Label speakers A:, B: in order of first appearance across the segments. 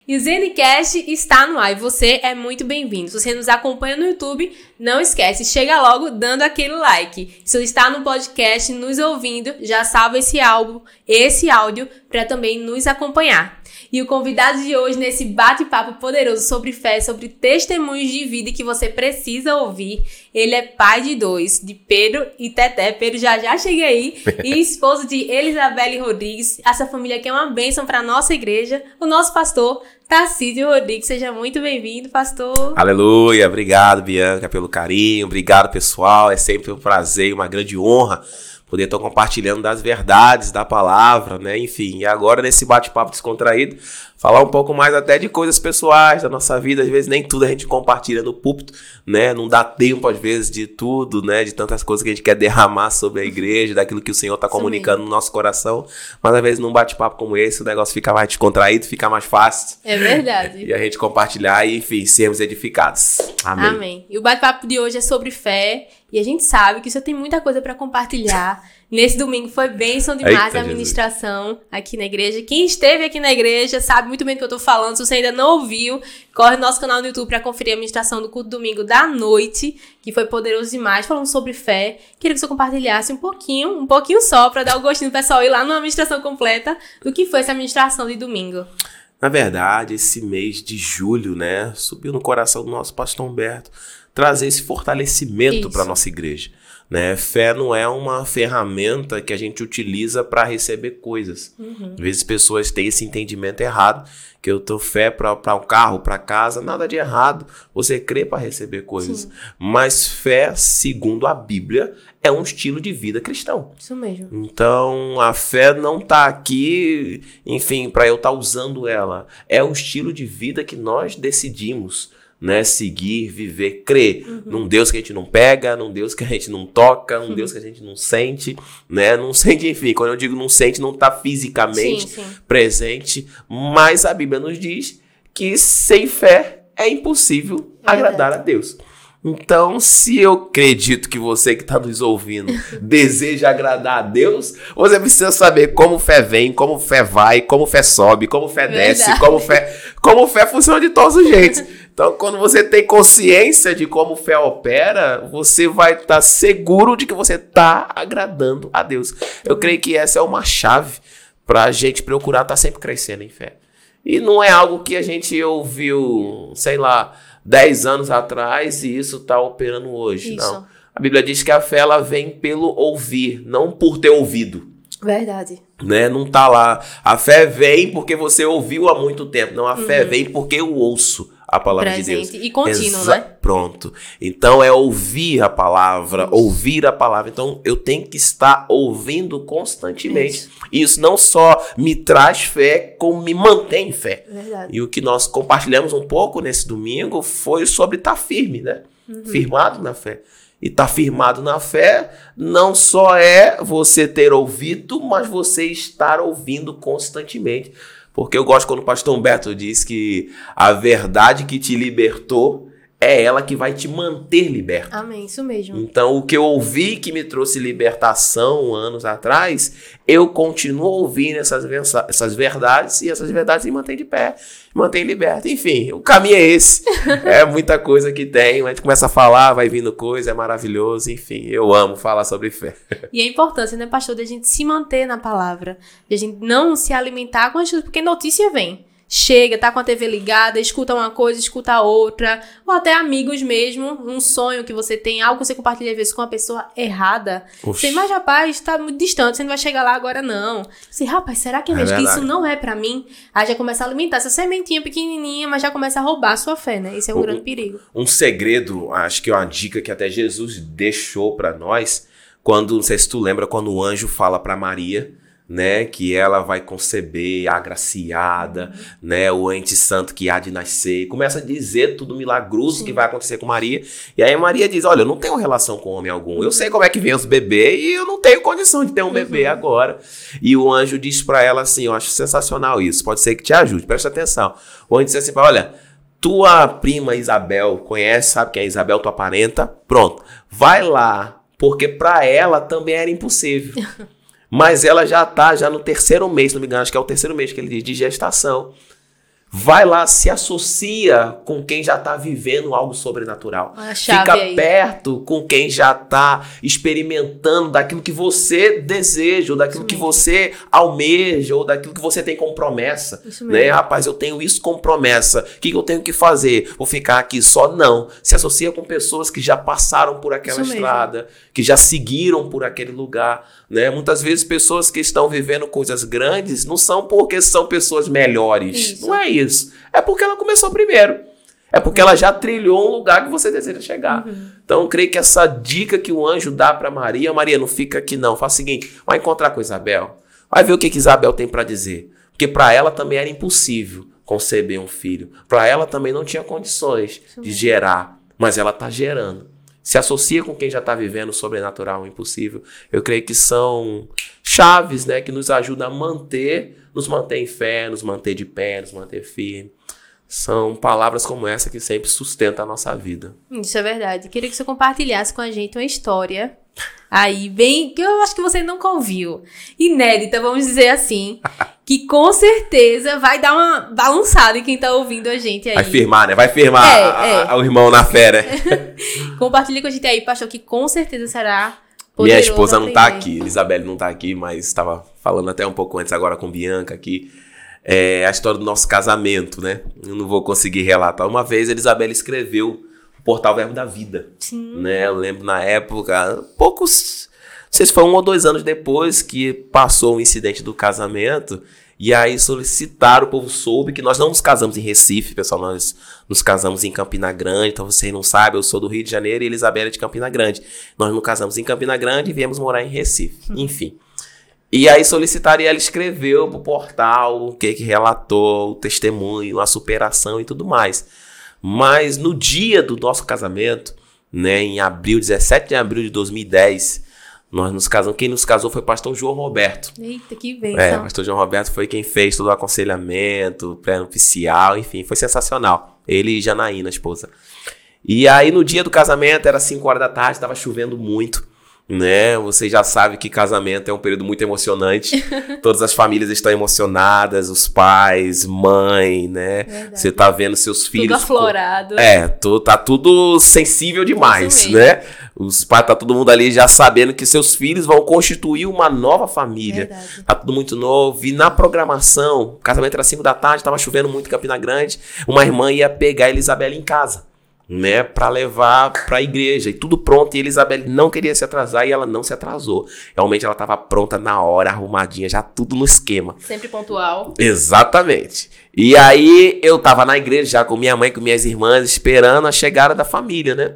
A: E o ZNCast está no ar e você é muito bem-vindo. Se você nos acompanha no YouTube, não esquece, chega logo dando aquele like. Se você está no podcast nos ouvindo, já salva esse áudio para também nos acompanhar. E o convidado de hoje nesse bate-papo poderoso sobre fé, sobre testemunhos de vida que você precisa ouvir, ele é pai de 2, de Pedro e Teté. Pedro já cheguei aí. E esposo de Elisabelle Rodrigues, essa família que é uma bênção para a nossa igreja, o nosso pastor Tarcísio Rodrigues. Seja muito bem-vindo, pastor.
B: Aleluia, obrigado, Bianca, pelo carinho, obrigado, pessoal, é sempre um prazer e uma grande honra poder estar compartilhando das verdades da palavra, né? Enfim, e agora nesse bate-papo descontraído, falar um pouco mais até de coisas pessoais da nossa vida. Às vezes nem tudo a gente compartilha no púlpito, né? Não dá tempo, às vezes, de tudo, né? De tantas coisas que a gente quer derramar sobre a igreja, daquilo que o Senhor está comunicando no nosso coração. Mas, às vezes, num bate-papo como esse, o negócio fica mais descontraído, fica mais fácil.
A: É verdade.
B: E a gente compartilhar e, enfim, sermos edificados. Amém.
A: Amém. E o bate-papo de hoje é sobre fé. E a gente sabe que o senhor tem muita coisa para compartilhar. Nesse domingo foi bênção demais a ministração aqui na igreja. Quem esteve aqui na igreja sabe muito bem do que eu tô falando. Se você ainda não ouviu, corre no nosso canal no YouTube para conferir a ministração do culto domingo da noite, que foi poderoso demais, falando sobre fé. Queria que o senhor compartilhasse um pouquinho só, para dar o gostinho do pessoal ir lá numa ministração completa do que foi essa ministração de domingo.
B: Na verdade, esse mês de julho, né, subiu no coração do nosso pastor Humberto trazer esse fortalecimento para a nossa igreja. Né? Fé não é uma ferramenta que a gente utiliza para receber coisas. Às vezes pessoas têm esse entendimento errado, que eu tenho fé para um carro, para casa, nada de errado. Você crê para receber coisas. Sim. Mas fé, segundo a Bíblia, é um estilo de vida cristão.
A: Isso mesmo.
B: Então, a fé não está aqui, enfim, para eu estar usando ela. É um estilo de vida que nós decidimos, né, seguir, viver, crer num Deus que a gente não pega, num Deus que a gente não toca, num Deus que a gente não sente, né, não sente, enfim, quando eu digo não sente, não está fisicamente presente, mas a Bíblia nos diz que sem fé é impossível agradar a Deus. Então, se eu acredito que você que está nos ouvindo deseja agradar a Deus, você precisa saber como fé vem, como fé vai, como fé sobe, como fé desce, como fé funciona de todos os jeitos. Então, quando você tem consciência de como fé opera, você vai estar seguro de que você está agradando a Deus. Eu creio que essa é uma chave para a gente procurar estar sempre crescendo em fé. E não é algo que a gente ouviu, sei lá, 10 anos atrás e isso está operando hoje. Isso. Não. A Bíblia diz que a fé ela vem pelo ouvir, não por ter ouvido.
A: Verdade.
B: Né? Não tá lá. A fé vem porque você ouviu há muito tempo. Não, a fé vem porque eu ouço a palavra de Deus.
A: E contínuo, né?
B: Pronto. Então é ouvir a palavra, ouvir a palavra. Então eu tenho que estar ouvindo constantemente. Isso não só me traz fé, como me mantém em fé.
A: Verdade.
B: E o que nós compartilhamos um pouco nesse domingo foi sobre estar firme, né? Firmado na fé. E estar firmado na fé não só é você ter ouvido, mas você estar ouvindo constantemente. Porque eu gosto quando o pastor Humberto diz que a verdade que te libertou é ela que vai te manter liberto.
A: Amém, isso mesmo.
B: Então, o que eu ouvi que me trouxe libertação anos atrás, eu continuo ouvindo essas verdades, e essas verdades me mantêm de pé, me mantêm liberto. Enfim, o caminho é esse. É muita coisa que tem, a gente começa a falar, vai vindo coisa, é maravilhoso. Enfim, eu amo falar sobre fé.
A: E a importância, né, pastor, de a gente se manter na palavra, de a gente não se alimentar com as coisas, porque notícia vem. Chega, tá com a TV ligada, escuta uma coisa, escuta outra, ou até amigos mesmo, um sonho que você tem, algo que você compartilha às vezes com uma pessoa errada. Você, mas rapaz, tá muito distante, você não vai chegar lá agora não. Você, rapaz, será que é mesmo que isso não é pra mim? Aí já começa a alimentar essa sementinha pequenininha, mas já começa a roubar a sua fé, né? Esse é um grande perigo.
B: Um segredo, acho que é uma dica que até Jesus deixou pra nós, quando, não sei se tu lembra, quando o anjo fala pra Maria, né, que ela vai conceber agraciada, né, o ente santo que há de nascer, começa a dizer tudo milagroso que vai acontecer com Maria, e aí Maria diz, olha, eu não tenho relação com homem algum, eu sei como é que vem os bebês e eu não tenho condição de ter um bebê agora, e o anjo diz pra ela assim, eu acho sensacional isso, pode ser que te ajude, presta atenção, o anjo diz assim, olha, tua prima Isabel conhece, sabe quem é Isabel, tua parenta, pronto, vai lá, porque pra ela também era impossível. Mas ela já está no terceiro mês, se não me engano, acho que é o terceiro mês que ele diz, de gestação. Vai lá, se associa com quem já está vivendo algo sobrenatural. Fica perto com quem já está experimentando daquilo que você deseja, ou daquilo que você almeja, ou daquilo que você tem como promessa. Né? Rapaz, eu tenho isso como promessa. O que eu tenho que fazer? Vou ficar aqui só? Não. Se associa com pessoas que já passaram por aquela estrada, que já seguiram por aquele lugar. Né? Muitas vezes pessoas que estão vivendo coisas grandes não são porque são pessoas melhores. Não é isso. É porque ela começou primeiro. É porque ela já trilhou um lugar que você deseja chegar. Então, eu creio que essa dica que o anjo dá para Maria, não fica aqui não. Faz o seguinte, vai encontrar com Isabel. Vai ver o que Isabel tem para dizer. Porque para ela também era impossível conceber um filho. Para ela também não tinha condições de gerar. Mas ela está gerando. Se associa com quem já está vivendo o sobrenatural, o impossível. Eu creio que são chaves, né, que nos ajudam a nos manter em fé, nos manter de pé, nos manter firme. São palavras como essa que sempre sustentam a nossa vida.
A: Isso é verdade. Queria que você compartilhasse com a gente uma história aí bem, que eu acho que você nunca ouviu. Inédita, vamos dizer assim. Que com certeza vai dar uma balançada em quem tá ouvindo a gente aí.
B: Vai firmar, né? Vai firmar o irmão na fé, né?
A: Compartilha com a gente aí, pastor, que com certeza será poderoso.
B: Minha esposa não tá aqui, Elisabelle não tá aqui, mas estava falando até um pouco antes agora com Bianca aqui. A história do nosso casamento, né? Eu não vou conseguir relatar. Uma vez a Elisabelle escreveu o portal Verbo da Vida.
A: Sim.
B: Né? Eu lembro na época, não sei se foi 1 ou 2 anos depois que passou o incidente do casamento, e aí solicitaram, o povo soube que nós não nos casamos em Recife, pessoal, nós nos casamos em Campina Grande. Então você não sabe, eu sou do Rio de Janeiro e Elisabela é de Campina Grande. Nós nos casamos em Campina Grande e viemos morar em Recife, enfim. E aí solicitaram e ela escreveu pro portal o que relatou, o testemunho, a superação e tudo mais. Mas no dia do nosso casamento, né, em 17 de abril de 2010, nós nos casamos. Quem nos casou foi o pastor João Roberto.
A: Eita, que bênção.
B: O pastor João Roberto foi quem fez todo o aconselhamento, pré-nupcial, enfim, foi sensacional. Ele e Janaína, a esposa. E aí no dia do casamento, era 5 horas da tarde, estava chovendo muito. Né? Você já sabe que casamento é um período muito emocionante. Todas as famílias estão emocionadas, os pais, mãe, né? Verdade. Você tá vendo seus filhos...
A: Tudo aflorado.
B: Tá tudo sensível demais, né? Os pais, tá todo mundo ali já sabendo que seus filhos vão constituir uma nova família. Verdade. Tá tudo muito novo. E na programação, o casamento era 5 da tarde, tava chovendo muito em Campina Grande, uma irmã ia pegar a Elisabela em casa, né, para levar para a igreja, e tudo pronto, e Elisabelle não queria se atrasar, e ela não se atrasou. Realmente ela estava pronta na hora, arrumadinha, já tudo no esquema.
A: Sempre pontual.
B: Exatamente. E aí eu tava na igreja já com minha mãe, com minhas irmãs, esperando a chegada da família, né?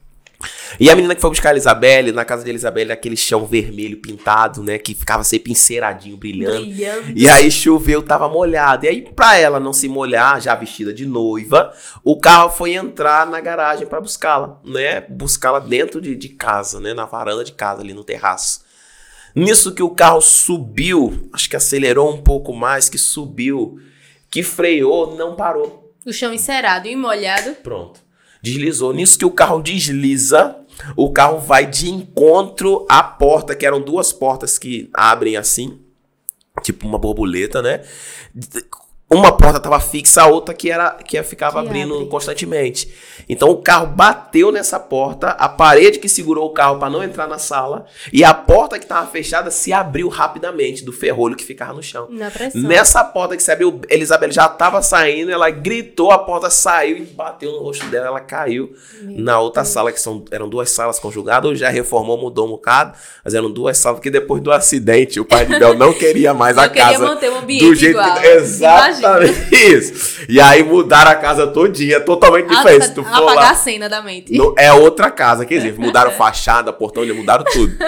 B: E a menina que foi buscar a Elisabelle, na casa de Elisabelle, aquele chão vermelho pintado, né? Que ficava sempre enceradinho, brilhando. E aí choveu, tava molhado. E aí, pra ela não se molhar, já vestida de noiva, o carro foi entrar na garagem pra buscá-la, né? Buscá-la dentro de casa, né? Na varanda de casa, ali no terraço. Nisso que o carro subiu, acho que acelerou um pouco mais, que subiu, que freou, não parou.
A: O chão encerado e molhado.
B: Pronto. Deslizou. Nisso que o carro desliza, o carro vai de encontro à porta, que eram 2 portas que abrem assim, tipo uma borboleta, né? Uma porta estava fixa, a outra que ficava abrindo constantemente. Então o carro bateu nessa porta, a parede que segurou o carro para não entrar na sala, e a porta que estava fechada se abriu rapidamente do ferrolho que ficava no chão. Nessa porta que se abriu, Elisabelle já estava saindo, ela gritou, a porta saiu e bateu no rosto dela, ela caiu na outra sala, que eram 2 salas conjugadas. Hoje já reformou, mudou um bocado, mas eram 2 salas, porque depois do acidente o pai de Bel não queria mais a casa.
A: Não queria manter o ambiente
B: do jeito
A: igual.
B: Exatamente. Isso. E aí mudaram a casa todinha, totalmente diferente. Tu for
A: apagar a cena da mente.
B: É outra casa, quer dizer, mudaram fachada, portão, mudaram tudo.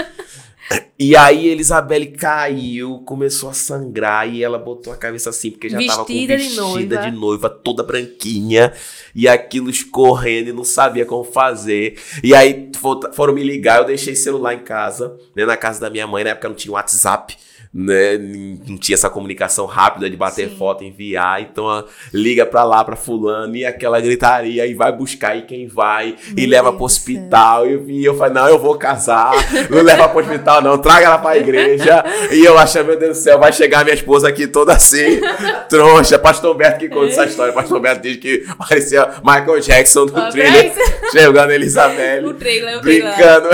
B: E aí Elisabelle caiu, começou a sangrar, e ela botou a cabeça assim, porque já tava com vestida de noiva, toda branquinha, e aquilo escorrendo e não sabia como fazer. E aí foram me ligar, eu deixei celular em casa, né, na casa da minha mãe, na época não tinha WhatsApp, né? Não tinha essa comunicação rápida de bater foto, enviar. Então, liga pra lá, pra fulano, e aquela gritaria, e vai buscar, e quem vai, e leva pro hospital. E eu falei, não, eu vou casar, não leva pro hospital, não, traga ela pra igreja. E eu achei, meu Deus do céu, vai chegar minha esposa aqui toda assim, troncha. Pastor Humberto que conta essa história. Pastor Humberto diz que parecia Michael Jackson do trailer, chegando a Elizabeth,
A: o trailer,
B: brincando.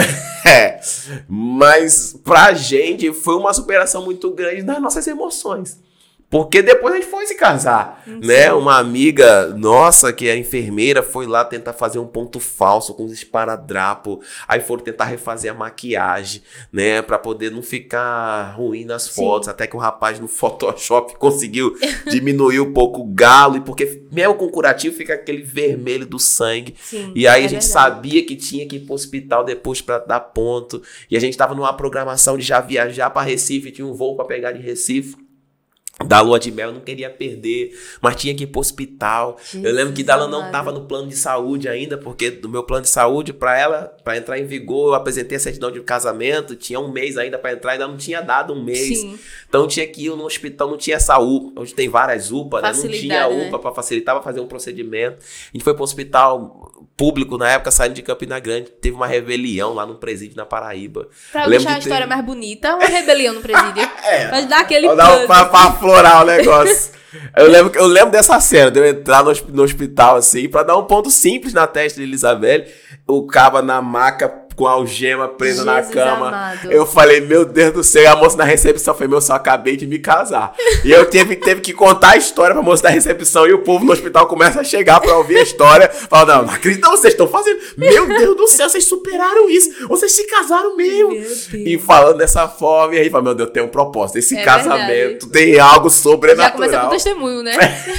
B: Mas pra gente foi uma superação muito grande das nossas emoções. Porque depois a gente foi se casar, né? Uma amiga nossa, que é enfermeira, foi lá tentar fazer um ponto falso com os esparadrapo. Aí foram tentar refazer a maquiagem, né? Pra poder não ficar ruim nas fotos. Até que o rapaz no Photoshop conseguiu diminuir um pouco o galo. E porque mesmo com curativo fica aquele vermelho do sangue. E aí a gente sabia que tinha que ir pro hospital depois pra dar ponto. E a gente tava numa programação de já viajar pra Recife. Tinha um voo pra pegar de Recife. Da lua de mel, eu não queria perder, mas tinha que ir pro hospital. Eu lembro que Dala não estava no plano de saúde ainda, porque do meu plano de saúde, para entrar em vigor, eu apresentei a certidão de casamento, tinha um mês ainda para entrar, ainda não tinha dado um mês. Então tinha que ir no hospital, não tinha essa UPA, onde tem várias UPA, né? Não tinha UPA para facilitar, para fazer um procedimento. A gente foi pro hospital público, na época, saindo de Campina Grande, teve uma rebelião lá no presídio na Paraíba.
A: Pra deixar a história mais bonita, uma rebelião no presídio. Pra dar aquele
B: pra florar o negócio. Eu lembro dessa cena, de eu entrar no hospital, assim, pra dar um ponto simples na testa de Elizabeth, o caba na maca com a algema presa na cama. Amado. Eu falei, meu Deus do céu, e a moça na recepção foi, só acabei de me casar. E eu teve que contar a história pra moça da recepção, e o povo no hospital começa a chegar pra ouvir a história. Fala, não acredito, vocês estão fazendo. Meu Deus do céu, vocês superaram isso. Vocês se casaram mesmo. E falando dessa forma, e aí fala, meu Deus, tem um propósito. Esse casamento tem algo sobrenatural.
A: Já começa com testemunho, né?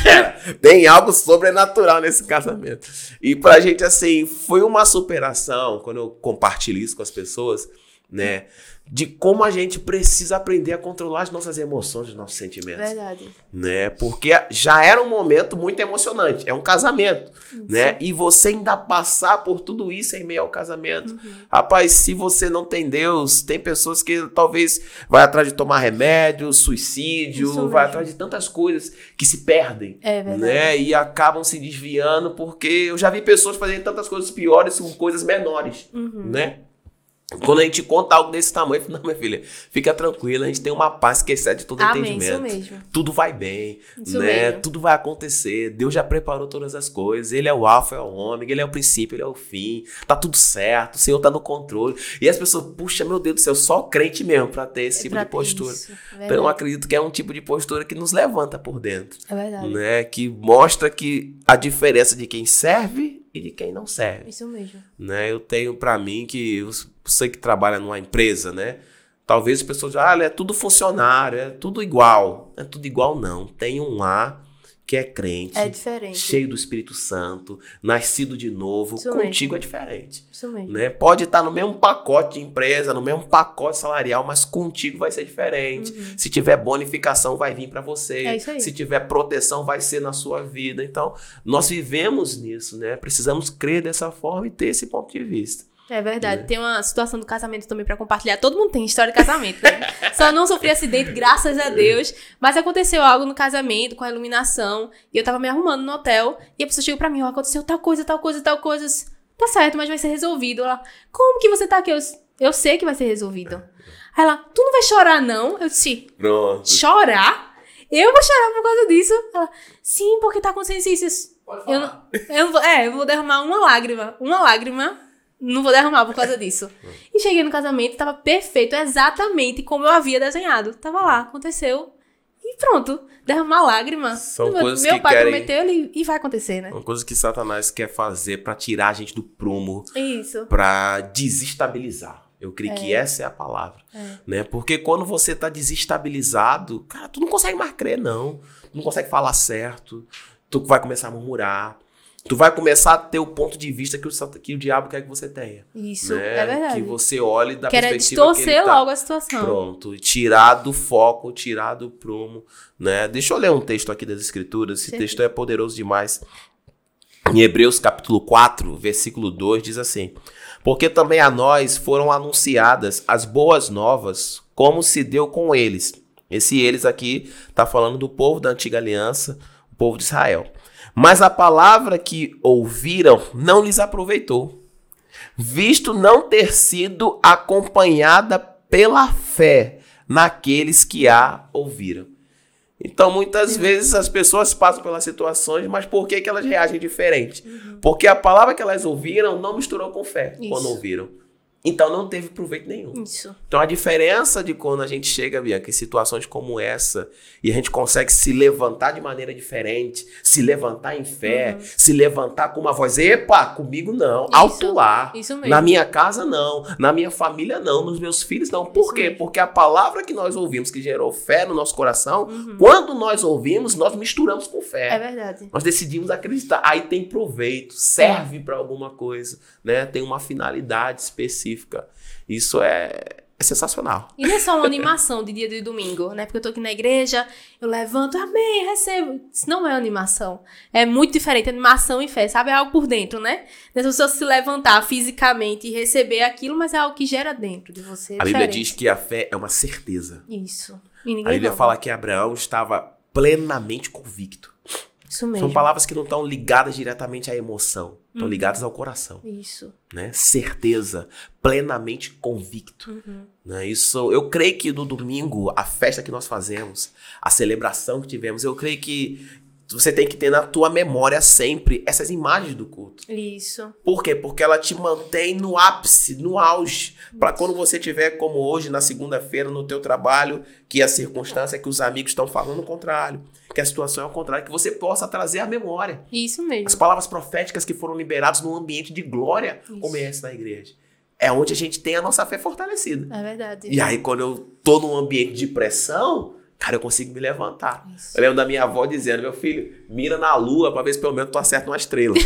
B: Tem algo sobrenatural nesse casamento. E pra gente, assim, foi uma superação, quando eu compartilho isso com as pessoas, né? De como a gente precisa aprender a controlar as nossas emoções, os nossos sentimentos.
A: Verdade.
B: Né? Porque já era um momento muito emocionante. É um casamento, né? E você ainda passar por tudo isso em meio ao casamento. Rapaz, se você não tem Deus, tem pessoas que talvez vai atrás de tomar remédio, suicídio, vai atrás de tantas coisas que se perdem.
A: É verdade.
B: Né? E acabam se desviando, porque eu já vi pessoas fazendo tantas coisas piores com coisas menores, né? Quando a gente conta algo desse tamanho, não, minha filha, fica tranquila, a gente tem uma paz que excede todo entendimento.
A: Isso mesmo.
B: Tudo vai bem,
A: isso
B: né?
A: mesmo.
B: Tudo vai acontecer. Deus já preparou todas as coisas. Ele é o alfa, é o ômega, ele é o princípio, ele é o fim. Tá tudo certo, o Senhor tá no controle. E as pessoas, puxa, meu Deus do céu, só crente mesmo pra ter esse tipo de postura. Então eu acredito que é um tipo de postura que nos levanta por dentro.
A: É verdade.
B: Né? Que mostra que a diferença de quem serve e de quem não serve.
A: Isso mesmo.
B: Né? Eu tenho pra mim que você que trabalha numa empresa, né? Talvez as pessoas digam, é tudo funcionário, é tudo igual. Não é tudo igual, não. Tem um lá que é crente,
A: é diferente,
B: cheio do Espírito Santo, nascido de novo.
A: Isso
B: contigo
A: mesmo.
B: É diferente.
A: Isso mesmo.
B: Né? Pode estar no mesmo pacote de empresa, no mesmo pacote salarial, mas contigo vai ser diferente. Se tiver bonificação, vai vir para você.
A: É isso aí.
B: Se tiver proteção, vai ser na sua vida. Então, nós vivemos nisso, né? Precisamos crer dessa forma e ter esse ponto de vista.
A: É verdade. Tem uma situação do casamento também pra compartilhar. Todo mundo tem história de casamento, né? Só não sofri acidente, graças a Deus. Mas aconteceu algo no casamento, com a iluminação. E eu tava me arrumando no hotel. E a pessoa chegou pra mim, aconteceu tal coisa, tal coisa, tal coisa. Tá certo, mas vai ser resolvido. Ela, como que você tá aqui? Eu sei que vai ser resolvido. Aí ela, tu não vai chorar não? Eu disse,
B: pronto.
A: Chorar? Eu vou chorar por causa disso? Ela, sim, porque tá acontecendo isso. Eu vou derramar uma lágrima. Não vou derramar por causa disso. E cheguei no casamento, tava perfeito, exatamente como eu havia desenhado. Tava lá, aconteceu. E pronto, derramar lágrima.
B: São coisas
A: meu
B: que
A: pai
B: querem...
A: prometeu e vai acontecer, né?
B: São coisas que Satanás quer fazer pra tirar a gente do prumo.
A: Isso.
B: Pra desestabilizar. Eu creio que essa é a palavra. Né? Porque quando você tá desestabilizado, cara, tu não consegue mais crer, não. Tu não consegue falar certo. Tu vai começar a murmurar. Tu vai começar a ter o ponto de vista que o diabo quer que você tenha.
A: Isso,
B: né?
A: é verdade.
B: Que você olhe da
A: Quer
B: perspectiva
A: distorcer
B: que ele tá.
A: logo a situação.
B: Pronto. Tirar do foco, tirar do prumo. Né? Deixa eu ler um texto aqui das Escrituras. Esse texto é poderoso demais. Em Hebreus capítulo 4, versículo 2, diz assim: porque também a nós foram anunciadas as boas novas, como se deu com eles. Esse eles aqui está falando do povo da antiga aliança, o povo de Israel. Mas a palavra que ouviram não lhes aproveitou, visto não ter sido acompanhada pela fé naqueles que a ouviram. Então, muitas vezes as pessoas passam pelas situações, mas por que elas reagem diferente? Porque a palavra que elas ouviram não misturou com fé quando ouviram. Então, não teve proveito nenhum.
A: Isso.
B: Então, a diferença de quando a gente chega, Bianca, em situações como essa, e a gente consegue se levantar de maneira diferente, se levantar em fé, se levantar com uma voz, epa, comigo não, alto lá, na minha casa não, na minha família não, nos meus filhos não. Por quê? Porque a palavra que nós ouvimos, que gerou fé no nosso coração, quando nós ouvimos, nós misturamos com fé.
A: É verdade.
B: Nós decidimos acreditar. Aí tem proveito, serve para alguma coisa, né? Tem uma finalidade específica. Isso é sensacional.
A: E não é só uma animação de dia de domingo, né? Porque eu tô aqui na igreja, eu levanto, amém, recebo. Isso não é animação. É muito diferente, animação e fé, sabe? É algo por dentro, né? Não é só se levantar fisicamente e receber aquilo, mas é algo que gera dentro de você.
B: A Bíblia diz que a fé é uma certeza.
A: Isso.
B: A Bíblia fala que Abraão estava plenamente convicto.
A: Isso mesmo.
B: São palavras que não estão ligadas diretamente à emoção, estão ligadas ao coração.
A: Isso.
B: Né? Certeza, plenamente convicto. Né? Isso, eu creio que no domingo, a festa que nós fazemos, a celebração que tivemos, eu creio que você tem que ter na tua memória sempre essas imagens do culto.
A: Isso.
B: Por quê? Porque ela te mantém no ápice, no auge. Para quando você tiver, como hoje, na segunda-feira, no teu trabalho, que a circunstância é que os amigos estão falando o contrário, que a situação é o contrário, que você possa trazer à memória.
A: Isso mesmo.
B: As palavras proféticas que foram liberadas num ambiente de glória, como é esse na igreja. É onde a gente tem a nossa fé fortalecida.
A: É verdade.
B: E aí, quando eu tô num ambiente de pressão, cara, eu consigo me levantar.
A: Isso.
B: Eu lembro da minha avó dizendo, meu filho, mira na lua pra ver se pelo menos tu acerta uma estrela.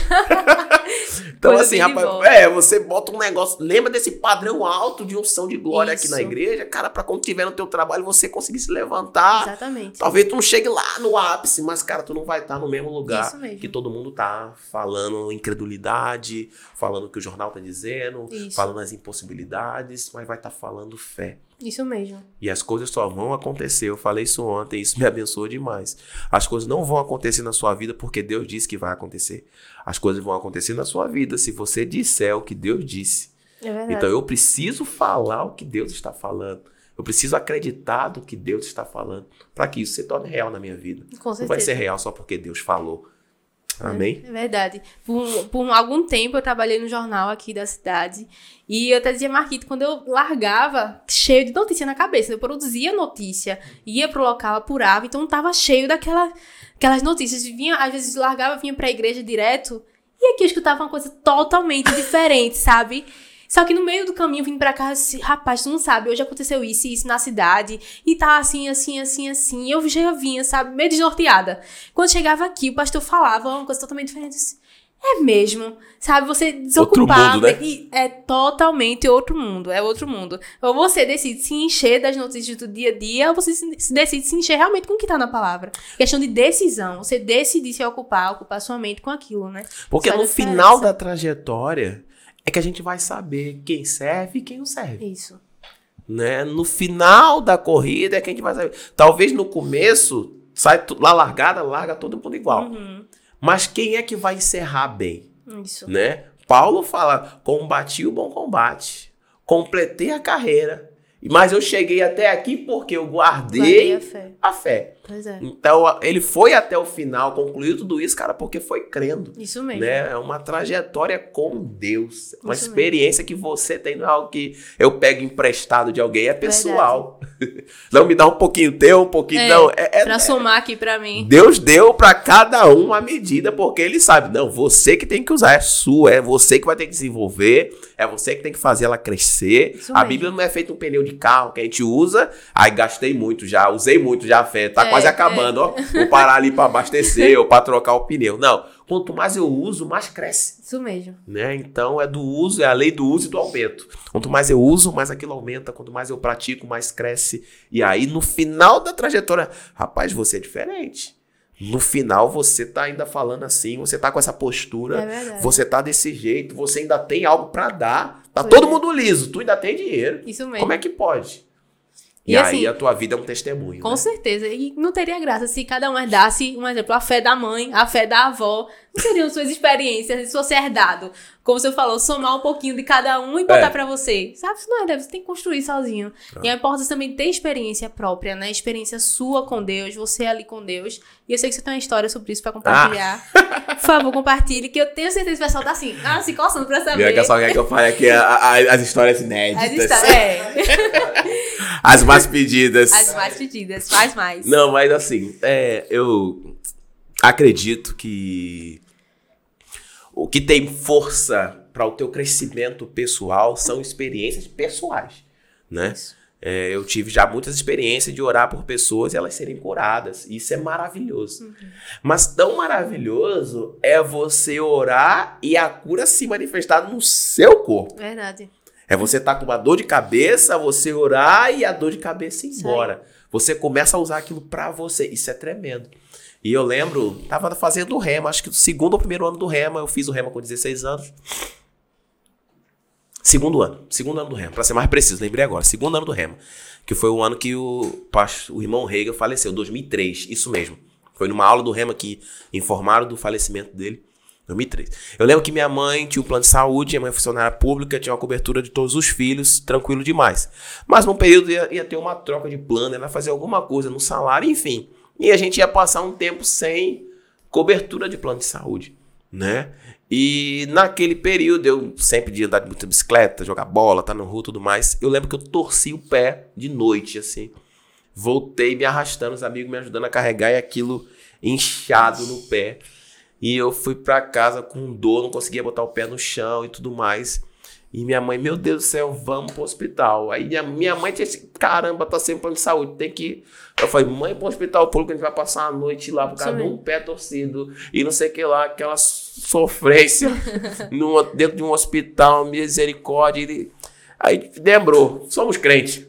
B: Então, assim, rapaz, você bota um negócio, lembra desse padrão alto de unção de glória aqui na igreja, cara, pra quando tiver no teu trabalho, você conseguir se levantar.
A: Exatamente.
B: Talvez tu não chegue lá no ápice, mas, cara, tu não vai estar no mesmo lugar
A: que
B: todo mundo tá falando incredulidade, falando o que o jornal tá dizendo, falando as impossibilidades, mas vai estar falando fé.
A: Isso mesmo.
B: E as coisas só vão acontecer. Eu falei isso ontem, isso me abençoou demais. As coisas não vão acontecer na sua vida porque Deus disse que vai acontecer. As coisas vão acontecer na sua vida se você disser o que Deus disse.
A: É verdade.
B: Então eu preciso falar o que Deus está falando. Eu preciso acreditar no que Deus está falando para que isso se torne real na minha vida.
A: Com certeza.
B: Não vai ser real só porque Deus falou. Amém?
A: É verdade. Por algum tempo eu trabalhei no jornal aqui da cidade e eu até dizia, Marquito, quando eu largava cheio de notícia na cabeça, eu produzia notícia, ia pro local, apurava, então tava cheio daquelas notícias. Vinha, às vezes largava, vinha pra igreja direto e aqui eu escutava uma coisa totalmente diferente, sabe? Só que no meio do caminho, vindo pra cá, assim, rapaz, tu não sabe, hoje aconteceu isso e isso na cidade, e tá assim, assim, assim, assim, e eu já vinha, sabe, meio desnorteada. Quando chegava aqui, o pastor falava uma coisa totalmente diferente, assim, é mesmo, sabe, você desocupado,
B: outro mundo, né?
A: E é totalmente outro mundo, é outro mundo. Ou você decide se encher das notícias do dia a dia, ou você decide se encher realmente com o que tá na palavra. Questão de decisão, você decidir se ocupar sua mente com aquilo, né?
B: Porque no final da trajetória é que a gente vai saber quem serve e quem não serve.
A: Isso.
B: Né? No final da corrida é que a gente vai saber. Talvez no começo, sai lá largada, larga todo mundo igual. Mas quem é que vai encerrar bem?
A: Isso.
B: Né? Paulo fala, combati o bom combate, completei a carreira, mas eu cheguei até aqui porque eu guardei a fé.
A: Pois é.
B: Então, ele foi até o final, concluiu tudo isso, cara, porque foi crendo.
A: Isso mesmo.
B: Né? É uma trajetória com Deus. Uma experiência que você tem, não é algo que eu pego emprestado de alguém, é pessoal. Não me dá um pouquinho teu, um pouquinho não.
A: Pra somar aqui pra mim.
B: Deus deu pra cada um a medida, porque ele sabe, não, você que tem que usar, é sua, é você que vai ter que desenvolver, é você que tem que fazer ela crescer.
A: Isso
B: a
A: mesmo.
B: Bíblia não é feita um pneu de carro que a gente usa, aí gastei muito já, usei muito já a fé, tá quase acabando, ó. Vou parar ali pra abastecer ou pra trocar o pneu. Não, quanto mais eu uso, mais cresce.
A: Isso mesmo.
B: Né? Então é do uso, é a lei do uso e do aumento. Quanto mais eu uso, mais aquilo aumenta. Quanto mais eu pratico, mais cresce. E aí no final da trajetória, rapaz, você é diferente. No final você tá ainda falando assim, você tá com essa postura, você tá desse jeito, você ainda tem algo pra dar. Tá todo mundo liso, tu ainda tem dinheiro.
A: Isso mesmo.
B: Como é que pode? E aí
A: assim,
B: a tua vida é um testemunho,
A: com
B: né?
A: certeza. E não teria graça se cada um herdasse, um exemplo, a fé da mãe, a fé da avó. Não seriam suas experiências, se fosse herdado. Como você falou, somar um pouquinho de cada um e botar pra você. Sabe? Isso não é, você tem que construir sozinho. E é importante também ter experiência própria, né? Experiência sua com Deus, você ali com Deus. E eu sei que você tem uma história sobre isso pra compartilhar. Por favor, compartilhe, que eu tenho certeza que o pessoal tá assim, se coçando pra saber.
B: Só quer que eu fale aqui as histórias inéditas. As mais pedidas.
A: As mais pedidas, faz mais.
B: Não, mas assim, eu acredito que o que tem força para o teu crescimento pessoal são experiências pessoais, né? Eu tive já muitas experiências de orar por pessoas e elas serem curadas. Isso é maravilhoso. Mas tão maravilhoso é você orar e a cura se manifestar no seu corpo.
A: Verdade.
B: É você estar com uma dor de cabeça, você orar e a dor de cabeça ir embora. Você começa a usar aquilo pra você. Isso é tremendo. E eu lembro, tava fazendo o rema, acho que o segundo ou primeiro ano do rema, eu fiz o rema com 16 anos. Segundo ano do rema, pra ser mais preciso, lembrei agora. Segundo ano do rema, que foi o ano que o irmão Hegel faleceu, 2003, isso mesmo. Foi numa aula do rema que informaram do falecimento dele. 2003. Eu lembro que minha mãe tinha um plano de saúde, minha mãe é funcionária pública, tinha uma cobertura de todos os filhos, tranquilo demais. Mas num período ia ter uma troca de plano, ela ia fazer alguma coisa no salário, enfim. E a gente ia passar um tempo sem cobertura de plano de saúde, né? E naquele período, eu sempre ia andar de muita bicicleta, jogar bola, estar no rua e tudo mais. Eu lembro que eu torci o pé de noite, assim. Voltei me arrastando, os amigos me ajudando a carregar e aquilo inchado no pé. E eu fui pra casa com dor, não conseguia botar o pé no chão e tudo mais. E minha mãe, meu Deus do céu, vamos pro hospital. Aí minha mãe tinha assim, caramba, tá sem plano de saúde, tem que ir. Eu falei, mãe, pro hospital público, a gente vai passar a noite lá por causa de um pé torcido. E não sei o que lá, aquela sofrência dentro de um hospital, misericórdia. Aí lembrou, somos crentes.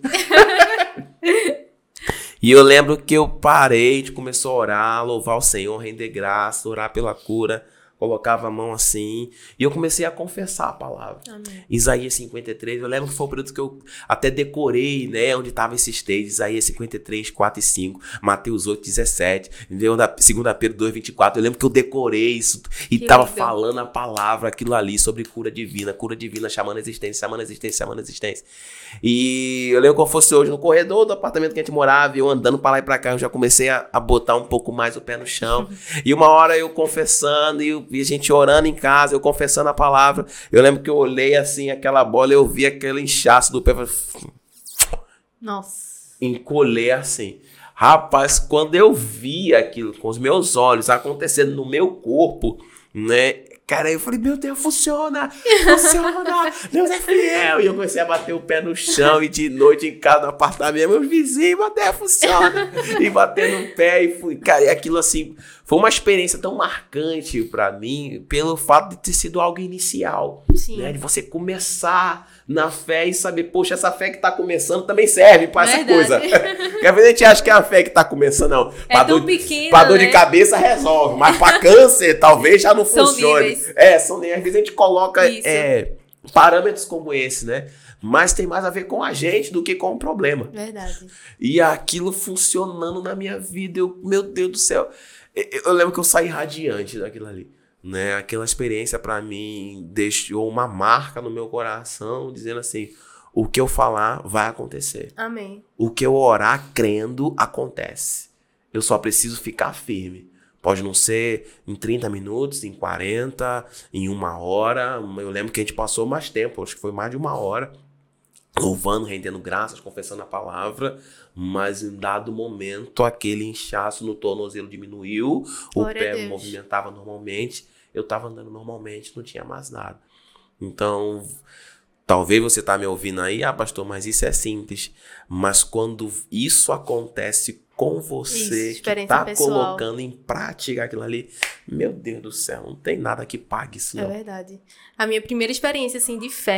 B: E eu lembro que eu parei, a gente começou a orar, louvar o Senhor, render graça, orar pela cura, colocava a mão assim, e eu comecei a confessar a palavra. Amém. Isaías 53, eu lembro que foi o período que eu até decorei, né, onde estavam esses textos, Isaías 53, 4 e 5, Mateus 8, 17, 2 Pedro 2, 24, eu lembro que eu decorei isso, e estava falando a palavra, aquilo ali, sobre cura divina, chamando a existência, chamando a existência, chamando a existência. E eu lembro como fosse hoje, no corredor do apartamento que a gente morava, eu andando para lá e para cá, eu já comecei a botar um pouco mais o pé no chão, e uma hora eu confessando, e a gente orando em casa, eu confessando a palavra. Eu lembro que eu olhei assim, aquela bola, eu vi aquele inchaço do pé.
A: Nossa.
B: Encolher assim. Rapaz, quando eu vi aquilo com os meus olhos acontecendo no meu corpo, né? Cara, eu falei, meu Deus, funciona, Deus é fiel. E eu comecei a bater o pé no chão e de noite em casa no apartamento, meus vizinhos, Deus funciona. E bater no pé e fui, cara, e aquilo assim, foi uma experiência tão marcante pra mim, pelo fato de ter sido algo inicial. Sim. Né? De você começar na fé e saber, poxa, essa fé que tá começando também serve pra essa coisa. Porque às vezes a gente acha que é a fé que tá começando, não.
A: É tão pequena,
B: pra dor de cabeça resolve, mas pra câncer talvez já não funcione.
A: Níveis.
B: São níveis. Às vezes a gente coloca parâmetros como esse, né? Mas tem mais a ver com a gente do que com o problema.
A: Verdade.
B: E aquilo funcionando na minha vida, meu Deus do céu. Eu lembro que eu saí radiante daquilo ali. Né? Aquela experiência pra mim deixou uma marca no meu coração, dizendo assim, o que eu falar vai acontecer.
A: Amém. O
B: que eu orar crendo acontece. Eu só preciso ficar firme. Pode não ser em 30 minutos, em 40, em 1 hora. Eu lembro que a gente passou mais tempo, acho que foi mais de 1 hora, louvando, rendendo graças, confessando a palavra. Mas em dado momento, aquele inchaço no tornozelo diminuiu, Glória o pé movimentava normalmente, eu estava andando normalmente, não tinha mais nada. Então, talvez você tá me ouvindo aí, pastor, mas isso é simples. Mas quando isso acontece com você, que tá colocando em prática aquilo ali, meu Deus do céu, não tem nada que pague isso, não.
A: É verdade. A minha primeira experiência, assim, de fé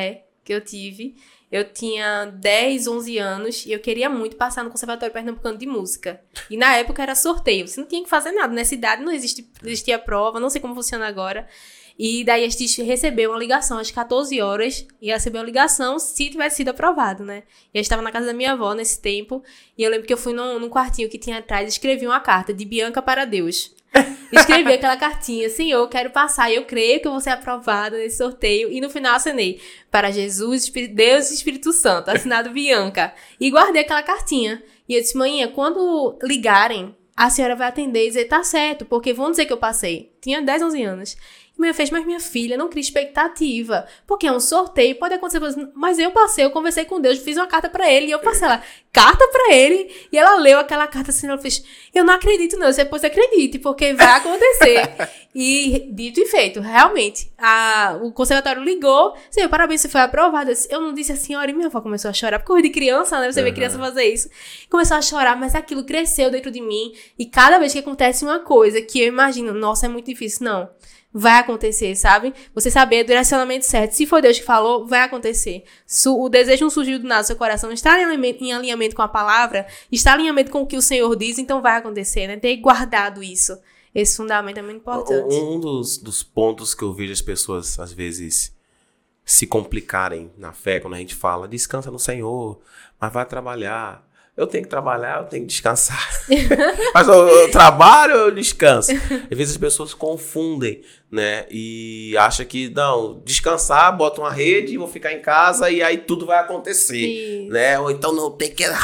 A: que eu tive. Eu tinha 10, 11 anos e eu queria muito passar no Conservatório Pernambucano de Música. E na época era sorteio. Você não tinha que fazer nada. Nessa idade não existia prova, não sei como funciona agora. E daí a gente recebeu uma ligação às 14 horas. E recebeu uma ligação se tivesse sido aprovado, né? E eu estava na casa da minha avó nesse tempo. E eu lembro que eu fui num quartinho que tinha atrás e escrevi uma carta de Bianca para Deus. Escrevi aquela cartinha: Senhor, eu quero passar e eu creio que eu vou ser aprovada nesse sorteio. E no final assinei: para Jesus, Deus e Espírito Santo, assinado Bianca. E guardei aquela cartinha. E eu disse: manhã, quando ligarem, a senhora vai atender e dizer: tá certo, porque vão dizer que eu passei. Tinha 10, 11 anos. E minha fez: mas minha filha, não cria expectativa, porque é um sorteio, pode acontecer. Mas eu passei, eu conversei com Deus, fiz uma carta pra ele, e eu passei lá, carta pra ele, e ela leu aquela carta assim, ela fez: eu não acredito não, você depois acredite, porque vai acontecer. E dito e feito, realmente, o conservatório ligou: Senhor, parabéns, você foi aprovada. Eu não disse a senhora, e minha avó começou a chorar, porque coisa de criança, né, você vê criança fazer isso. Começou a chorar, mas aquilo cresceu dentro de mim, e cada vez que acontece uma coisa que eu imagino, nossa, é muito difícil, não, vai acontecer, sabe? Você saber do direcionamento certo. Se foi Deus que falou, vai acontecer. O desejo não surgiu do nada do seu coração, está em alinhamento com a palavra, está em alinhamento com o que o Senhor diz, então vai acontecer, né? Ter guardado isso. Esse fundamento é muito importante.
B: Um dos pontos que eu vejo as pessoas, às vezes, se complicarem na fé, quando a gente fala: descansa no Senhor, mas vai trabalhar. Eu tenho que trabalhar, eu tenho que descansar. Mas eu trabalho ou eu descanso? Às vezes as pessoas confundem, né? E acham que, não, descansar, bota uma rede, vou ficar em casa e aí tudo vai acontecer. Né? Ou então não, tem que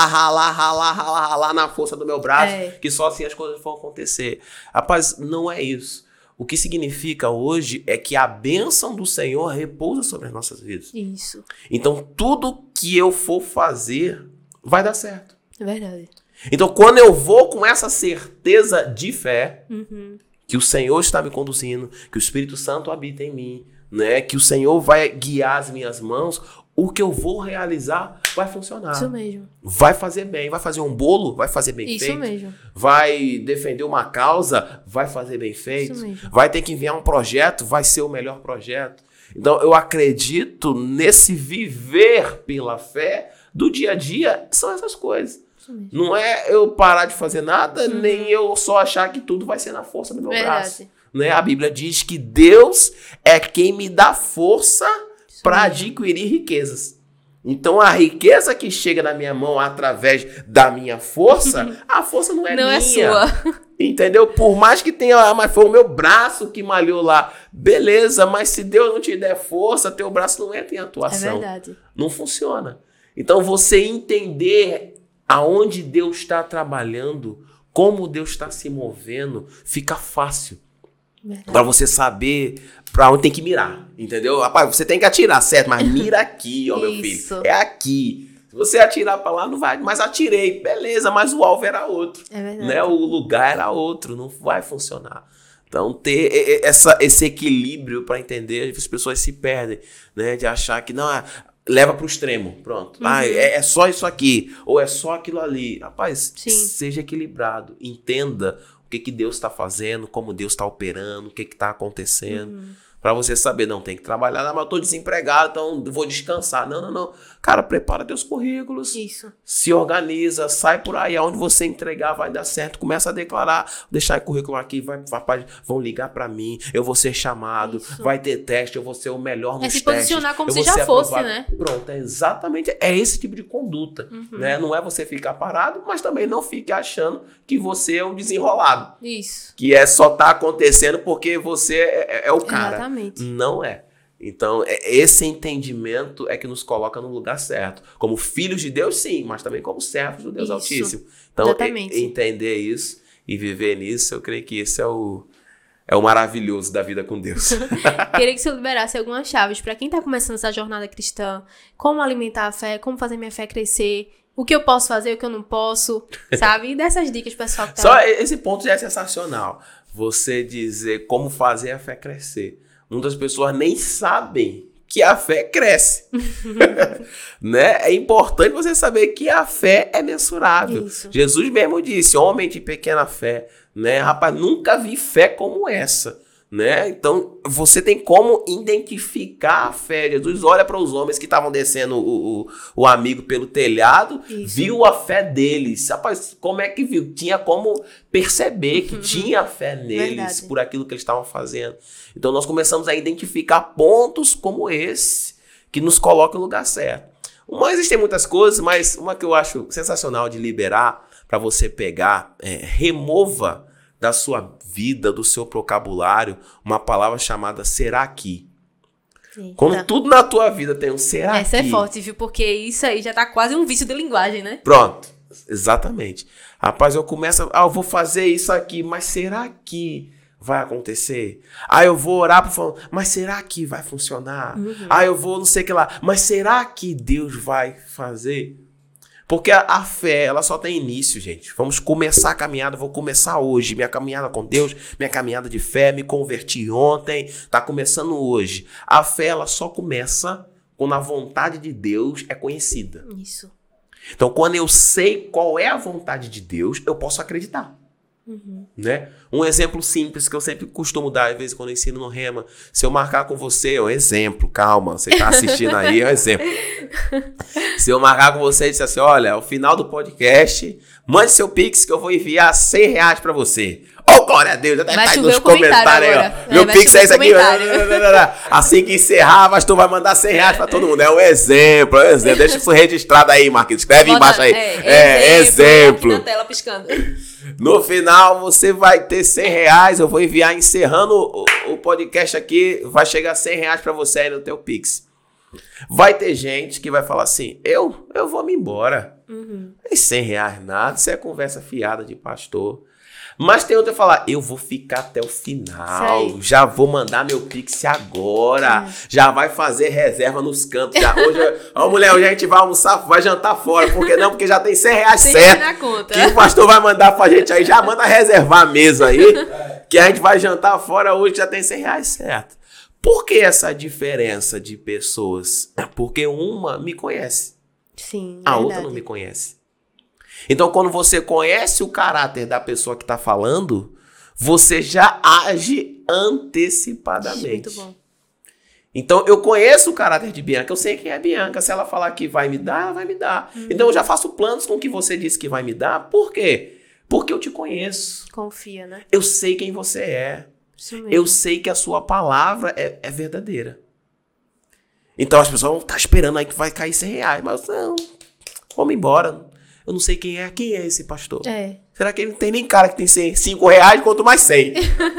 B: ralar na força do meu braço, que só assim as coisas vão acontecer. Rapaz, não é isso. O que significa hoje é que a bênção do Senhor repousa sobre as nossas vidas.
A: Isso.
B: Então tudo que eu for fazer vai dar certo.
A: É verdade.
B: Então, quando eu vou com essa certeza de fé, que o Senhor está me conduzindo, que o Espírito Santo habita em mim, né, que o Senhor vai guiar as minhas mãos, o que eu vou realizar vai funcionar.
A: Isso mesmo.
B: Vai fazer bem. Vai fazer um bolo, vai fazer bem feito.
A: Isso mesmo.
B: Vai defender uma causa, vai fazer bem feito.
A: Isso mesmo.
B: Vai ter que enviar um projeto, vai ser o melhor projeto. Então, eu acredito nesse viver pela fé do dia a dia, são essas coisas. Não é eu parar de fazer nada, nem eu só achar que tudo vai ser na força do meu braço. Né? A Bíblia diz que Deus é quem me dá força para adquirir riquezas. Então, a riqueza que chega na minha mão através da minha força, a força não é minha. Não é sua. Entendeu? Por mais que tenha, mas foi o meu braço que malhou lá. Beleza, mas se Deus não te der força, teu braço não entra em atuação.
A: É verdade.
B: Não funciona. Então, você entender aonde Deus está trabalhando, como Deus está se movendo, fica fácil. Para você saber para onde tem que mirar, entendeu? Rapaz, você tem que atirar, certo? Mas mira aqui, ó, meu filho. É aqui. Se você atirar para lá, não vai. Mas atirei, beleza, mas o alvo era outro. É verdade. Né? O lugar era outro, não vai funcionar. Então, ter esse equilíbrio para entender, as pessoas se perdem, né? De achar que não leva para o extremo, pronto. É só isso aqui, ou é só aquilo ali. Rapaz, seja equilibrado, entenda o que Deus está fazendo, como Deus está operando, o que está acontecendo. Para você saber, não, tem que trabalhar, mas eu estou desempregado, então vou descansar. Não. Cara, prepara teus currículos. Isso. Se organiza, sai por aí, aonde você entregar vai dar certo. Começa a declarar, deixar o currículo aqui, vão ligar para mim, eu vou ser chamado, vai ter teste, eu vou ser o melhor nos testes.
A: Se posicionar como se já fosse, né?
B: Pronto, exatamente esse tipo de conduta. Né? Não é você ficar parado, mas também não fique achando que você é um desenrolado. Isso. Que só tá acontecendo porque você é o cara. Exatamente. Não é. Então, esse entendimento é que nos coloca no lugar certo. Como filhos de Deus, sim, mas também como servos do Deus Altíssimo. Então, entender isso e viver nisso, eu creio que esse é o maravilhoso da vida com Deus.
A: Queria que você liberasse algumas chaves para quem está começando essa jornada cristã. Como alimentar a fé, como fazer minha fé crescer, o que eu posso fazer, o que eu não posso, sabe? E dessas dicas, pessoal. Que tá
B: Só esse ponto já é sensacional. Você dizer como fazer a fé crescer. Muitas pessoas nem sabem que a fé cresce. Né? É importante você saber que a fé é mensurável. Isso. Jesus mesmo disse, homem de pequena fé. Né? Rapaz, nunca vi fé como essa. né? Então, você tem como identificar a fé. Jesus olha para os homens que estavam descendo o amigo pelo telhado, viu a fé deles. Rapaz, como é que viu? Tinha como perceber que tinha fé neles por aquilo que eles estavam fazendo. Então, nós começamos a identificar pontos como esse que nos colocam no lugar certo. Mas existem muitas coisas, mas uma que eu acho sensacional de liberar para você pegar, remova da sua vida, do seu vocabulário, uma palavra chamada será que. Quando tudo na tua vida tem um será que.
A: Essa é forte, viu? Porque isso aí já tá quase um vício de linguagem, né?
B: Pronto, exatamente. Rapaz, eu começo, eu vou fazer isso aqui, mas será que vai acontecer? Eu vou orar para falar, mas será que vai funcionar? Eu vou não sei o que lá, mas será que Deus vai fazer? Porque a fé, ela só tem início, gente. Vamos começar a caminhada, vou começar hoje. Minha caminhada com Deus, minha caminhada de fé, me converti ontem, tá começando hoje. A fé, ela só começa quando a vontade de Deus é conhecida.
A: Isso.
B: Então, quando eu sei qual é a vontade de Deus, eu posso acreditar. Né? Um exemplo simples que eu sempre costumo dar, às vezes, quando eu ensino no Rema. Se eu marcar com você, é um exemplo, calma, você tá assistindo aí, é um exemplo. Se eu marcar com você e disser assim, olha, ao final do podcast, mande seu Pix que eu vou enviar R$100 pra você. Glória a Deus, já deve estar aí nos comentários aí, ó. Meu Pix é isso aqui. Assim que encerrar, mas tu vai mandar R$100 pra todo mundo. É um exemplo, Deixa isso registrado aí, Marquinhos. Escreve embaixo aí. Exemplo.
A: Aqui na tela piscando.
B: No final, você vai ter R$100. Eu vou enviar encerrando o podcast aqui. Vai chegar R$100 pra você aí no teu Pix. Vai ter gente que vai falar assim, eu vou me embora. R$100 nada, isso é conversa fiada de pastor. Mas tem outro que falar, eu vou ficar até o final, já vou mandar meu Pix agora, já vai fazer reserva nos cantos. Hoje, mulher, hoje a gente vai almoçar, vai jantar fora, por que não? Porque já tem R$100 certo,
A: na conta.
B: Que o pastor vai mandar pra gente aí, já manda reservar a mesa aí, que a gente vai jantar fora hoje, já tem R$100 certo. Por que essa diferença de pessoas? Porque uma me conhece, a outra não me conhece. Então, quando você conhece o caráter da pessoa que está falando, você já age antecipadamente.
A: Muito bom.
B: Então, eu conheço o caráter de Bianca, eu sei quem é Bianca. Se ela falar que vai me dar, ela vai me dar. Então, eu já faço planos com o que você disse que vai me dar. Por quê? Porque eu te conheço.
A: Confia, né?
B: Eu sei quem você é. Eu sei que a sua palavra é verdadeira. Então, as pessoas vão estar esperando aí que vai cair R$100. Mas não, vamos embora. Eu não sei quem é esse pastor. Será que ele não tem nem cara que tem R$5, quanto mais 100?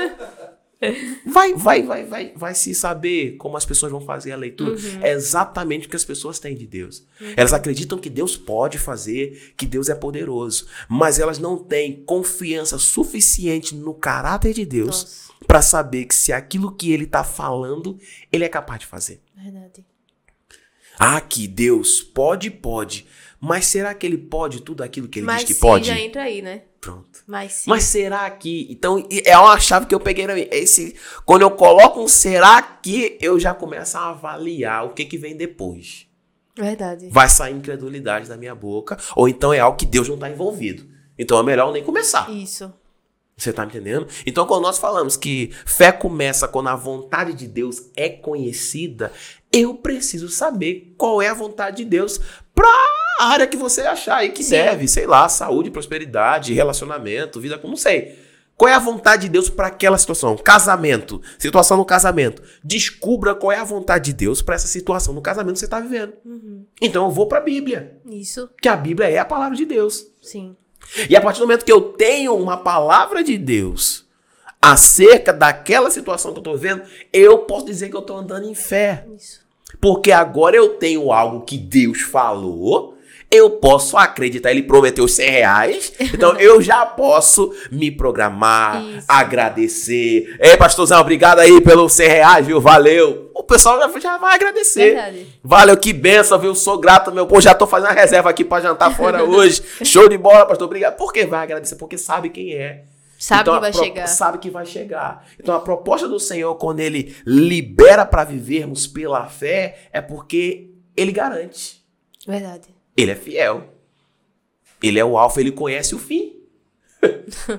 B: Vai se saber como as pessoas vão fazer a leitura. É exatamente o que as pessoas têm de Deus. Elas acreditam que Deus pode fazer, que Deus é poderoso. Mas elas não têm confiança suficiente no caráter de Deus para saber que se aquilo que ele está falando, ele é capaz de fazer.
A: Verdade.
B: Que Deus pode. Mas será que ele pode tudo aquilo que ele diz que pode?
A: Mas já entra aí, né?
B: Pronto.
A: Mas
B: será que... Então, é uma chave que eu peguei na minha... Quando eu coloco um será que, eu já começo a avaliar o que vem depois.
A: Verdade.
B: Vai sair incredulidade da minha boca, ou então é algo que Deus não está envolvido. Então, é melhor eu nem começar.
A: Isso.
B: Você tá me entendendo? Então, quando nós falamos que fé começa quando a vontade de Deus é conhecida, eu preciso saber qual é a vontade de Deus para a área que você achar aí que deve. Sei lá, saúde, prosperidade, relacionamento, vida, não sei. Qual é a vontade de Deus para aquela situação? Casamento, situação no casamento. Descubra qual é a vontade de Deus para essa situação no casamento que você está vivendo. Então, eu vou para a Bíblia.
A: Isso.
B: Que a Bíblia é a palavra de Deus.
A: Sim.
B: E a partir do momento que eu tenho uma palavra de Deus acerca daquela situação que eu estou vendo, eu posso dizer que eu estou andando em fé.
A: Isso.
B: Porque agora eu tenho algo que Deus falou, eu posso acreditar, ele prometeu R$100, então eu já posso me programar, agradecer. Pastorzão, obrigado aí pelos R$100, viu? Valeu. O pessoal já vai agradecer.
A: Verdade.
B: Valeu, que benção, viu? Sou grato, meu. Já tô fazendo a reserva aqui pra jantar fora hoje. Show de bola, pastor. Obrigado. Por que vai agradecer? Porque sabe quem é.
A: Sabe que vai chegar.
B: Sabe que vai chegar. Então, a proposta do Senhor, quando ele libera para vivermos pela fé, é porque ele garante.
A: Verdade.
B: Ele é fiel. Ele é o alfa, ele conhece o fim.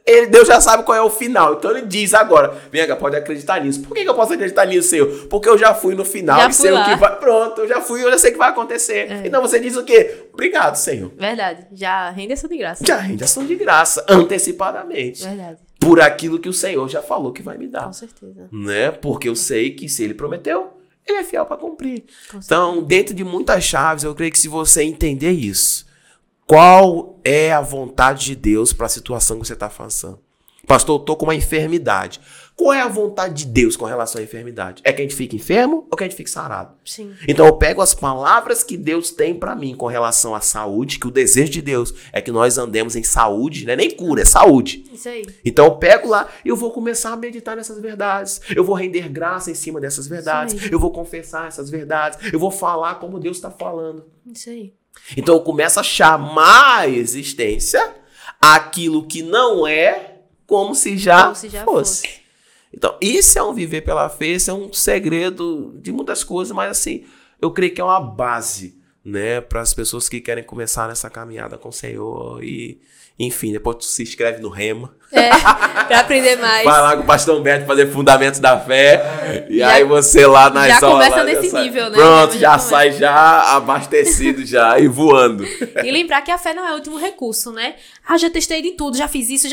B: Deus já sabe qual é o final. Então ele diz agora, vem cá, pode acreditar nisso. Por que eu posso acreditar nisso, Senhor? Porque eu já fui no final
A: já
B: e sei
A: lá.
B: o que vai. Pronto, eu já fui, eu já sei o que vai acontecer. Então você diz o quê? Obrigado, Senhor.
A: Verdade. Já rende ação de graça.
B: Já rende ação de graça, antecipadamente.
A: Verdade.
B: Por aquilo que o Senhor já falou que vai me dar.
A: Com certeza.
B: Né? Porque eu sei que se ele prometeu, ele é fiel para cumprir. Então, dentro de muitas chaves, eu creio que se você entender isso, qual é a vontade de Deus para a situação que você está passando? Pastor, eu estou com uma enfermidade. Qual é a vontade de Deus com relação à enfermidade? É que a gente fique enfermo ou que a gente fique sarado?
A: Sim.
B: Então eu pego as palavras que Deus tem para mim com relação à saúde, que o desejo de Deus é que nós andemos em saúde, não é nem cura, é saúde.
A: Isso aí.
B: Então eu pego lá e eu vou começar a meditar nessas verdades. Eu vou render graça em cima dessas verdades. Eu vou confessar essas verdades. Eu vou falar como Deus está falando.
A: Isso aí.
B: Então eu começo a chamar a existência aquilo que não é como se já fosse. Então, isso é um viver pela fé, isso é um segredo de muitas coisas, mas assim, eu creio que é uma base, né, para as pessoas que querem começar nessa caminhada com o Senhor e, enfim, depois tu se inscreve no Rema.
A: Pra aprender mais.
B: Vai lá com o pastor Humberto fazer fundamentos da fé, e aí você lá nas
A: já
B: aulas...
A: Já começa nesse nível, né?
B: Pronto, já sai já abastecido já e voando.
A: E lembrar que a fé não é o último recurso, né? Já testei de tudo, já fiz isso.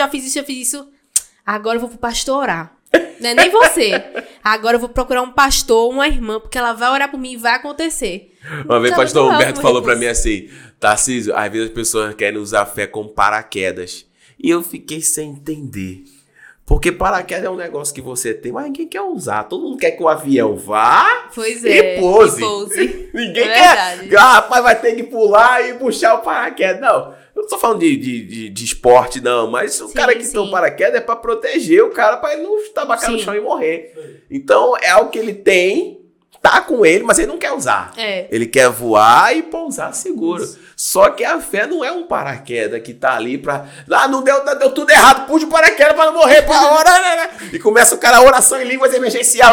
A: Agora eu vou pro pastor orar. Não é nem você. Agora eu vou procurar um pastor, uma irmã, porque ela vai orar por mim e vai acontecer.
B: Uma vez o pastor Humberto falou pra mim assim, Tarcísio, às vezes as pessoas querem usar a fé como paraquedas. E eu fiquei sem entender. Porque paraquedas é um negócio que você tem, mas ninguém quer usar. Todo mundo quer que o avião vá e pouse. Ninguém quer. Rapaz, vai ter que pular e puxar o paraquedas. Não, eu não tô falando de esporte, não. Mas o cara que tem o paraquedas é pra proteger o cara, pra ele não tabacar no chão e morrer. Então, é algo que ele tem, tá com ele, mas ele não quer usar. Ele quer voar e pousar seguro. Isso. Só que a fé não é um paraquedas que tá ali pra... não deu tudo errado, puxa o paraquedas pra não morrer, pra orar. E começa o cara a oração em línguas emergencial.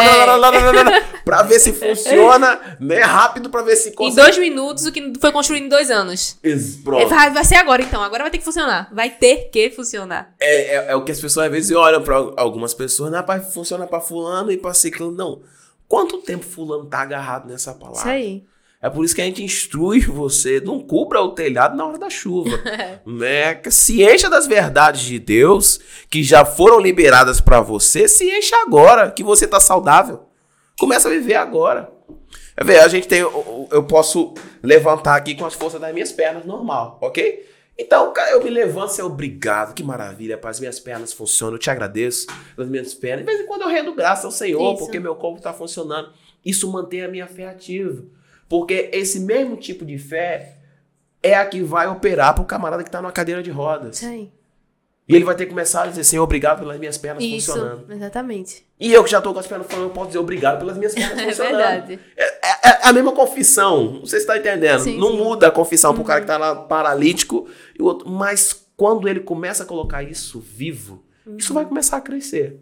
B: Pra ver se funciona, né? Rápido pra ver se consegue.
A: Em 2 minutos, o que foi construído em 2 anos.
B: Pronto.
A: Vai ser agora, então. Agora vai ter que funcionar. Vai ter que funcionar.
B: É o que as pessoas às vezes olham pra algumas pessoas. Rapaz, funciona pra fulano e pra ciclano. Não. Quanto tempo fulano tá agarrado nessa palavra?
A: Isso aí.
B: É por isso que a gente instrui você, não cubra o telhado na hora da chuva. Né? Se encha das verdades de Deus, que já foram liberadas para você, se encha agora, que você tá saudável. Começa a viver agora. A gente tem, eu posso levantar aqui com as forças das minhas pernas, normal, ok? Então, cara, eu me levanto e obrigado, que maravilha, as minhas pernas funcionam, eu te agradeço pelas minhas pernas. De vez em quando eu rendo graça ao Senhor, porque meu corpo está funcionando. Isso mantém a minha fé ativa. Porque esse mesmo tipo de fé é a que vai operar para o camarada que está numa cadeira de rodas.
A: Sim.
B: E ele vai ter que começar a dizer, Senhor, obrigado pelas minhas pernas funcionando.
A: Isso, exatamente.
B: E eu que já estou com as pernas funcionando, eu posso dizer obrigado pelas minhas pernas funcionando.
A: É verdade.
B: É a mesma confissão, não sei se está entendendo.
A: Sim,
B: não muda a confissão para o cara que está lá paralítico e o outro. Mas quando ele começa a colocar isso vivo, isso vai começar a crescer.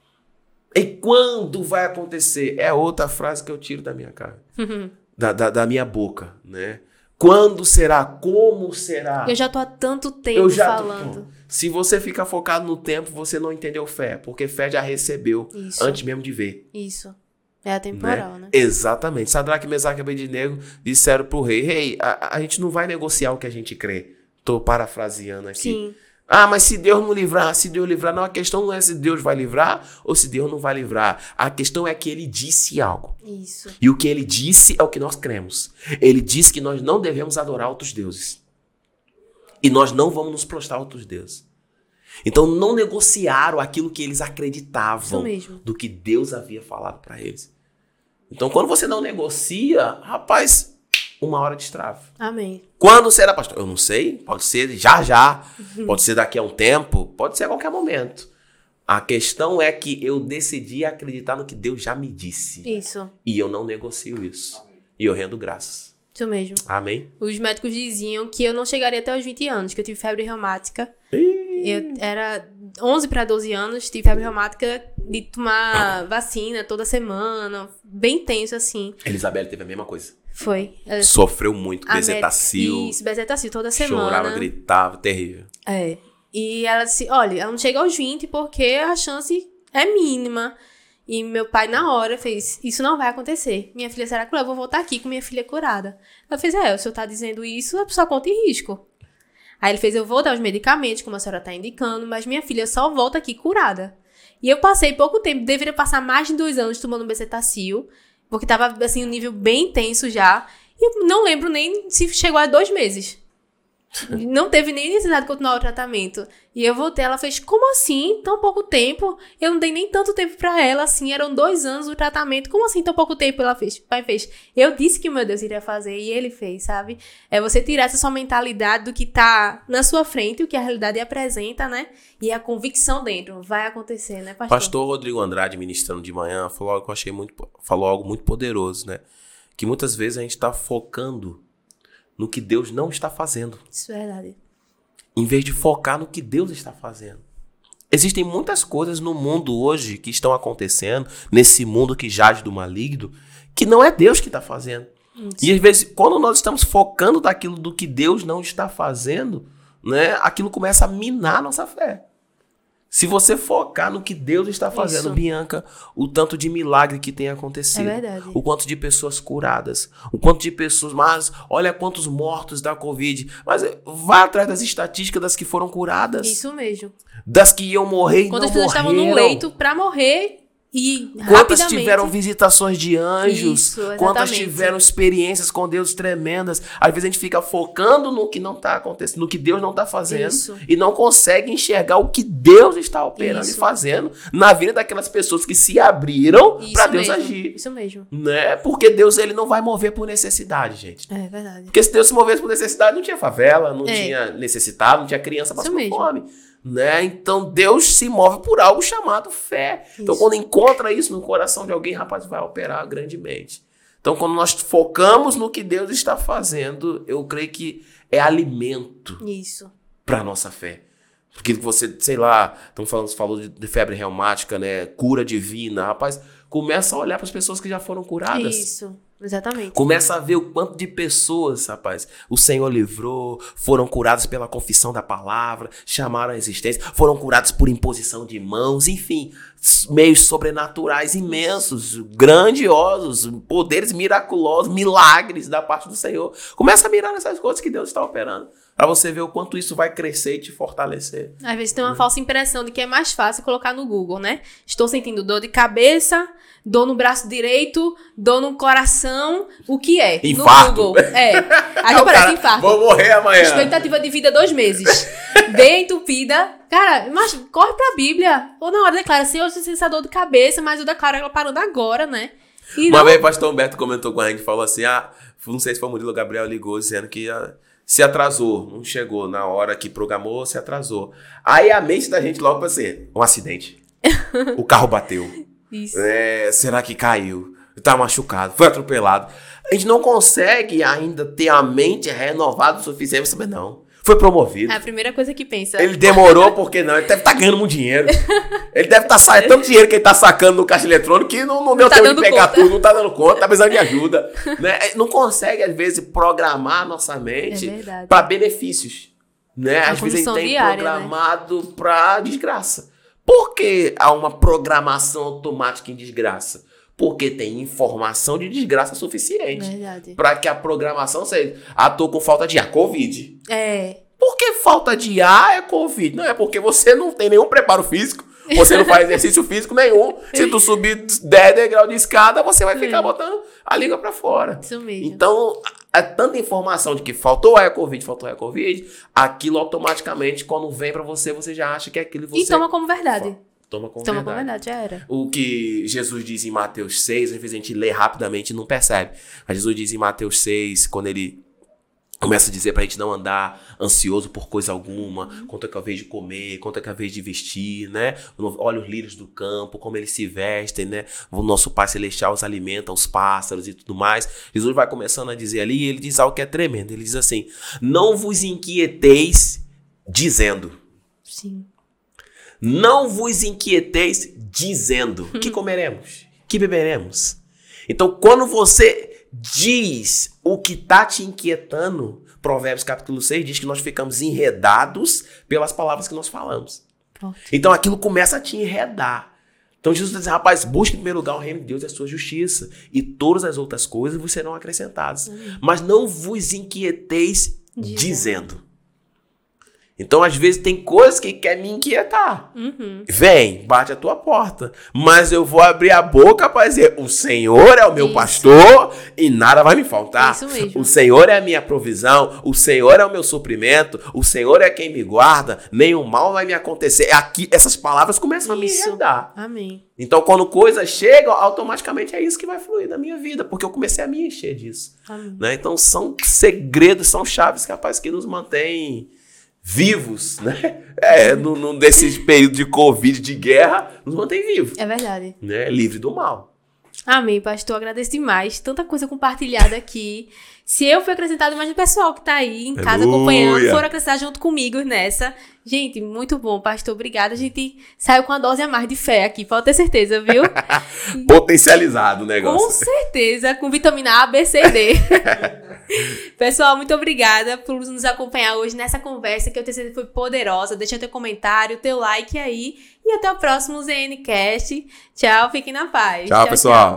B: E quando vai acontecer? É outra frase que eu tiro da minha cara. Da minha boca, né? Quando será? Como será?
A: Eu já tô há tanto tempo falando.
B: Se você fica focado no tempo, você não entendeu fé. Porque fé já recebeu antes mesmo de ver.
A: Isso. É atemporal, né?
B: Exatamente. Sadraque, Mesaque e Abednego disseram pro rei, rei, a gente não vai negociar o que a gente crê. Tô parafraseando aqui.
A: Sim.
B: Mas se Deus não livrar, se Deus livrar. Não, a questão não é se Deus vai livrar ou se Deus não vai livrar. A questão é que ele disse algo.
A: Isso.
B: E o que ele disse é o que nós cremos. Ele disse que nós não devemos adorar outros deuses. E nós não vamos nos prostrar a outros deuses. Então não negociaram aquilo que eles acreditavam do que Deus havia falado para eles. Então quando você não negocia, rapaz... Uma hora de destrava.
A: Amém.
B: Quando será, pastor? Eu não sei. Pode ser já. Pode ser daqui a um tempo. Pode ser a qualquer momento. A questão é que eu decidi acreditar no que Deus já me disse.
A: Isso.
B: E eu não negocio isso. E eu rendo graças.
A: Isso mesmo.
B: Amém?
A: Os médicos diziam que eu não chegaria até os 20 anos, que eu tive febre reumática. Eu era 11 para 12 anos, tive febre reumática de tomar vacina toda semana. Bem tenso, assim.
B: Elizabeth teve a mesma coisa.
A: Foi.
B: Sofreu muito, bezetacil.
A: Isso, bezetacil toda semana.
B: Chorava, gritava, terrível.
A: É. E ela disse, olha, ela não chega aos 20 porque a chance é mínima. E meu pai, na hora, fez, isso não vai acontecer. Minha filha será curada, eu vou voltar aqui com minha filha curada. Ela fez, o senhor tá dizendo isso, a pessoa conta em risco. Aí ele fez, eu vou dar os medicamentos, como a senhora tá indicando, mas minha filha só volta aqui curada. E eu passei pouco tempo, deveria passar mais de 2 anos tomando Bezetacil, porque tava, assim, um nível bem intenso já. E eu não lembro nem se chegou a 2 meses. Não teve nem necessidade de continuar o tratamento. E eu voltei, ela fez, como assim? Tão pouco tempo? Eu não dei nem tanto tempo pra ela, assim, eram 2 anos o tratamento. Como assim, tão pouco tempo? Ela fez, o pai fez. Eu disse que meu Deus iria fazer, e ele fez, sabe? É você tirar essa sua mentalidade do que tá na sua frente, o que a realidade apresenta, né? E a convicção dentro, vai acontecer, né, pastor?
B: Pastor Rodrigo Andrade, ministrando de manhã, falou algo que eu achei falou algo muito poderoso, né? Que muitas vezes a gente tá focando no que Deus não está fazendo.
A: Isso é verdade.
B: Em vez de focar no que Deus está fazendo. Existem muitas coisas no mundo hoje que estão acontecendo, nesse mundo que jaz do maligno, que não é Deus que está fazendo. Isso. E às vezes, quando nós estamos focando naquilo do que Deus não está fazendo, né, aquilo começa a minar a nossa fé. Se você focar no que Deus está fazendo,
A: Isso.
B: Bianca, o tanto de milagre que tem acontecido,
A: É verdade.
B: o quanto de pessoas curadas, o quanto de pessoas, mas olha quantos mortos da Covid, mas vá atrás das estatísticas das que foram curadas,
A: Isso mesmo.
B: das que iam morrer e
A: Quantas
B: não
A: pessoas estavam
B: morreram.
A: no leito pra morrer e
B: Quantas
A: rapidamente...
B: tiveram visitações de anjos,
A: Isso, exatamente.
B: quantas tiveram experiências com Deus tremendas. Às vezes a gente fica focando no que não está acontecendo, no que Deus não está fazendo,
A: Isso.
B: e não consegue enxergar o que Deus está operando
A: Isso.
B: e fazendo na vida daquelas pessoas que se abriram
A: Isso
B: para Deus
A: mesmo,
B: agir.
A: Isso mesmo.
B: Né? Porque Deus ele não vai mover por necessidade, gente.
A: É verdade.
B: Porque se Deus se movesse por necessidade, não tinha favela, não
A: É.
B: tinha necessitado, não tinha criança
A: Isso
B: passando
A: mesmo.
B: fome. Né? Então Deus se move por algo chamado fé. Então
A: Isso.
B: quando encontra isso no coração de alguém, rapaz, vai operar grandemente. Então quando nós focamos no que Deus está fazendo, eu creio que é alimento
A: Isso.
B: para nossa fé. Porque você, sei lá, falou de febre reumática, né? Cura divina, rapaz, começa a olhar para as pessoas que já foram curadas.
A: Isso. Exatamente.
B: Começa a ver o quanto de pessoas, rapaz, o Senhor livrou, foram curadas pela confissão da palavra, chamaram a existência, foram curadas por imposição de mãos, enfim, meios sobrenaturais imensos, grandiosos, poderes miraculosos, milagres da parte do Senhor. Começa a mirar nessas coisas que Deus está operando, para você ver o quanto isso vai crescer e te fortalecer.
A: Às vezes tem uma falsa impressão de que é mais fácil colocar no Google, né? Estou sentindo dor de cabeça, dor no braço direito, dor no coração, o que é?
B: Infarto.
A: No Google. É. Aí aparece infarto.
B: Vou morrer amanhã.
A: Expectativa de vida 2 meses. Veia entupida. Cara, mas corre pra Bíblia. Ou na hora declara, Senhor, eu sinto essa dor de cabeça, mas eu declaro ela parando agora, né? E
B: Uma
A: não...
B: vez o pastor Humberto comentou com a gente, falou assim, não sei se foi o Murilo Gabriel, ligou dizendo que se atrasou, não chegou na hora que programou, se atrasou. Aí a mente da gente logo vai ser, um acidente. O carro bateu.
A: Isso.
B: Será que caiu? Tá machucado, foi atropelado. A gente não consegue ainda ter a mente renovada o suficiente pra saber, não. Foi promovido.
A: É a primeira coisa que pensa.
B: Ele demorou porque não, ele deve estar ganhando muito dinheiro. Ele deve estar saindo tanto dinheiro que ele está sacando no caixa eletrônico que não deu
A: tá
B: tempo de
A: dando
B: pegar
A: conta.
B: tudo, não tá dando conta, tá precisando de ajuda. Né? Não consegue, às vezes, programar a nossa mente
A: verdade.
B: para benefícios. Né? Às vezes a gente
A: condição
B: tem
A: diária,
B: programado para desgraça. Por que há uma programação automática em desgraça? Porque tem informação de desgraça suficiente.
A: Verdade.
B: Para que a programação seja, tô com falta de ar, Covid.
A: É.
B: Por que falta de ar é Covid? Não, é porque você não tem nenhum preparo físico, você não faz exercício físico nenhum. Se tu subir 10 degraus de escada, você vai ficar botando a língua pra fora.
A: Isso mesmo.
B: Então, é tanta informação de que faltou ar é Covid, aquilo automaticamente, quando vem pra você, você já acha que é aquilo que você...
A: E toma como verdade.
B: Toma como
A: Toma
B: verdade.
A: como verdade, já era.
B: O que Jesus diz em Mateus 6, às vezes a gente lê rapidamente e não percebe. Mas Jesus diz em Mateus 6, quando ele começa a dizer pra gente não andar ansioso por coisa alguma, quanto é que é a vez de comer, quanto é que é a vez de vestir, né? Olha os lírios do campo, como eles se vestem, né? O nosso Pai Celestial os alimenta, os pássaros e tudo mais. Jesus vai começando a dizer ali, e ele diz algo que é tremendo. Ele diz assim, não vos inquieteis dizendo.
A: Sim.
B: Não vos inquieteis dizendo, que comeremos, que beberemos. Então, quando você diz o que está te inquietando, Provérbios capítulo 6 diz que nós ficamos enredados pelas palavras que nós falamos.
A: Pronto.
B: Então aquilo começa a te enredar. Então Jesus está dizendo, rapaz, busque em primeiro lugar o reino de Deus e a sua justiça, e todas as outras coisas vos serão acrescentadas. Mas não vos inquieteis dizendo. Então, às vezes, tem coisas que quer me inquietar. Vem, bate a tua porta. Mas eu vou abrir a boca para dizer, o Senhor é o meu pastor e nada vai me faltar.
A: Isso mesmo.
B: O Senhor é a minha provisão, o Senhor é o meu suprimento, o Senhor é quem me guarda, nenhum mal vai me acontecer. Aqui, essas palavras começam a me enredar.
A: Amém.
B: Então, quando coisas chegam, automaticamente é isso que vai fluir na minha vida, porque eu comecei a me encher disso. Né? Então, são segredos, são chaves capazes que nos mantêm vivos, né? Desse período de Covid, de guerra, nos mantém vivos.
A: É verdade.
B: Né? Livre do mal.
A: Amém, pastor. Agradeço demais. Tanta coisa compartilhada aqui. Se eu fui acrescentado, mais o pessoal que tá aí em casa acompanhando, foram acrescentar junto comigo nessa. Gente, muito bom, pastor. Obrigada. A gente saiu com uma dose a mais de fé aqui, pode ter certeza, viu?
B: Potencializado o negócio.
A: Com certeza, com vitamina A, B, C e D. Pessoal, muito obrigada por nos acompanhar hoje nessa conversa que eu tenho certeza foi poderosa. Deixa teu comentário, teu like aí. E até o próximo ZNCast. Tchau, fiquem na paz.
B: Tchau, pessoal.